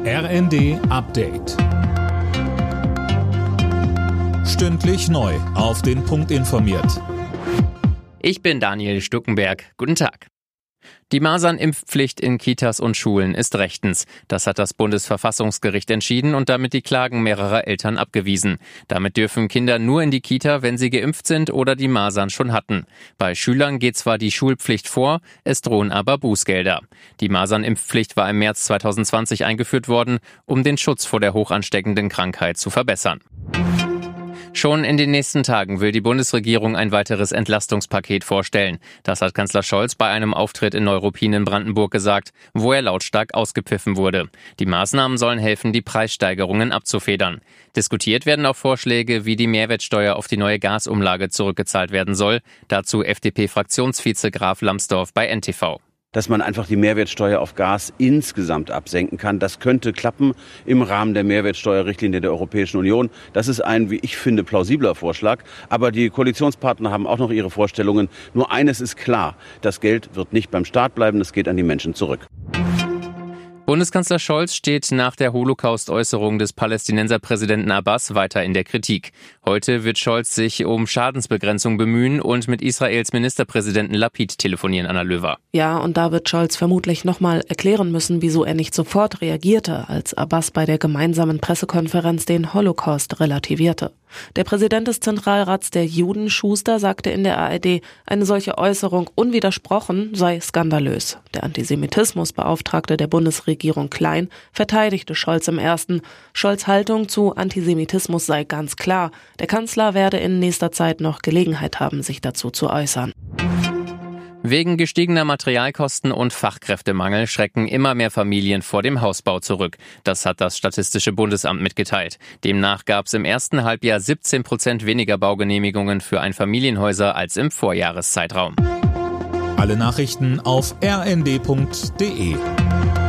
RND Update. Stündlich neu auf den Punkt informiert. Ich bin Daniel Stuckenberg. Guten Tag. Die Masernimpfpflicht in Kitas und Schulen ist rechtens. Das hat das Bundesverfassungsgericht entschieden und damit die Klagen mehrerer Eltern abgewiesen. Damit dürfen Kinder nur in die Kita, wenn sie geimpft sind oder die Masern schon hatten. Bei Schülern geht zwar die Schulpflicht vor, es drohen aber Bußgelder. Die Masernimpfpflicht war im März 2020 eingeführt worden, um den Schutz vor der hochansteckenden Krankheit zu verbessern. Schon in den nächsten Tagen will die Bundesregierung ein weiteres Entlastungspaket vorstellen. Das hat Kanzler Scholz bei einem Auftritt in Neuruppin in Brandenburg gesagt, wo er lautstark ausgepfiffen wurde. Die Maßnahmen sollen helfen, die Preissteigerungen abzufedern. Diskutiert werden auch Vorschläge, wie die Mehrwertsteuer auf die neue Gasumlage zurückgezahlt werden soll. Dazu FDP-Fraktionsvize Graf Lambsdorff bei NTV. Dass man einfach die Mehrwertsteuer auf Gas insgesamt absenken kann. Das könnte klappen im Rahmen der Mehrwertsteuerrichtlinie der Europäischen Union. Das ist ein, wie ich finde, plausibler Vorschlag. Aber die Koalitionspartner haben auch noch ihre Vorstellungen. Nur eines ist klar, das Geld wird nicht beim Staat bleiben, es geht an die Menschen zurück. Bundeskanzler Scholz steht nach der Holocaust-Äußerung des Palästinenserpräsidenten Abbas weiter in der Kritik. Heute wird Scholz sich um Schadensbegrenzung bemühen und mit Israels Ministerpräsidenten Lapid telefonieren, Anna Löwer. Ja, und da wird Scholz vermutlich nochmal erklären müssen, wieso er nicht sofort reagierte, als Abbas bei der gemeinsamen Pressekonferenz den Holocaust relativierte. Der Präsident des Zentralrats der Juden, Schuster, sagte in der ARD, eine solche Äußerung unwidersprochen sei skandalös. Der Antisemitismusbeauftragte der Bundesregierung Klein verteidigte Scholz im Ersten. Scholz' Haltung zu Antisemitismus sei ganz klar. Der Kanzler werde in nächster Zeit noch Gelegenheit haben, sich dazu zu äußern. Wegen gestiegener Materialkosten und Fachkräftemangel schrecken immer mehr Familien vor dem Hausbau zurück. Das hat das Statistische Bundesamt mitgeteilt. Demnach gab es im ersten Halbjahr 17% weniger Baugenehmigungen für Einfamilienhäuser als im Vorjahreszeitraum. Alle Nachrichten auf rnd.de.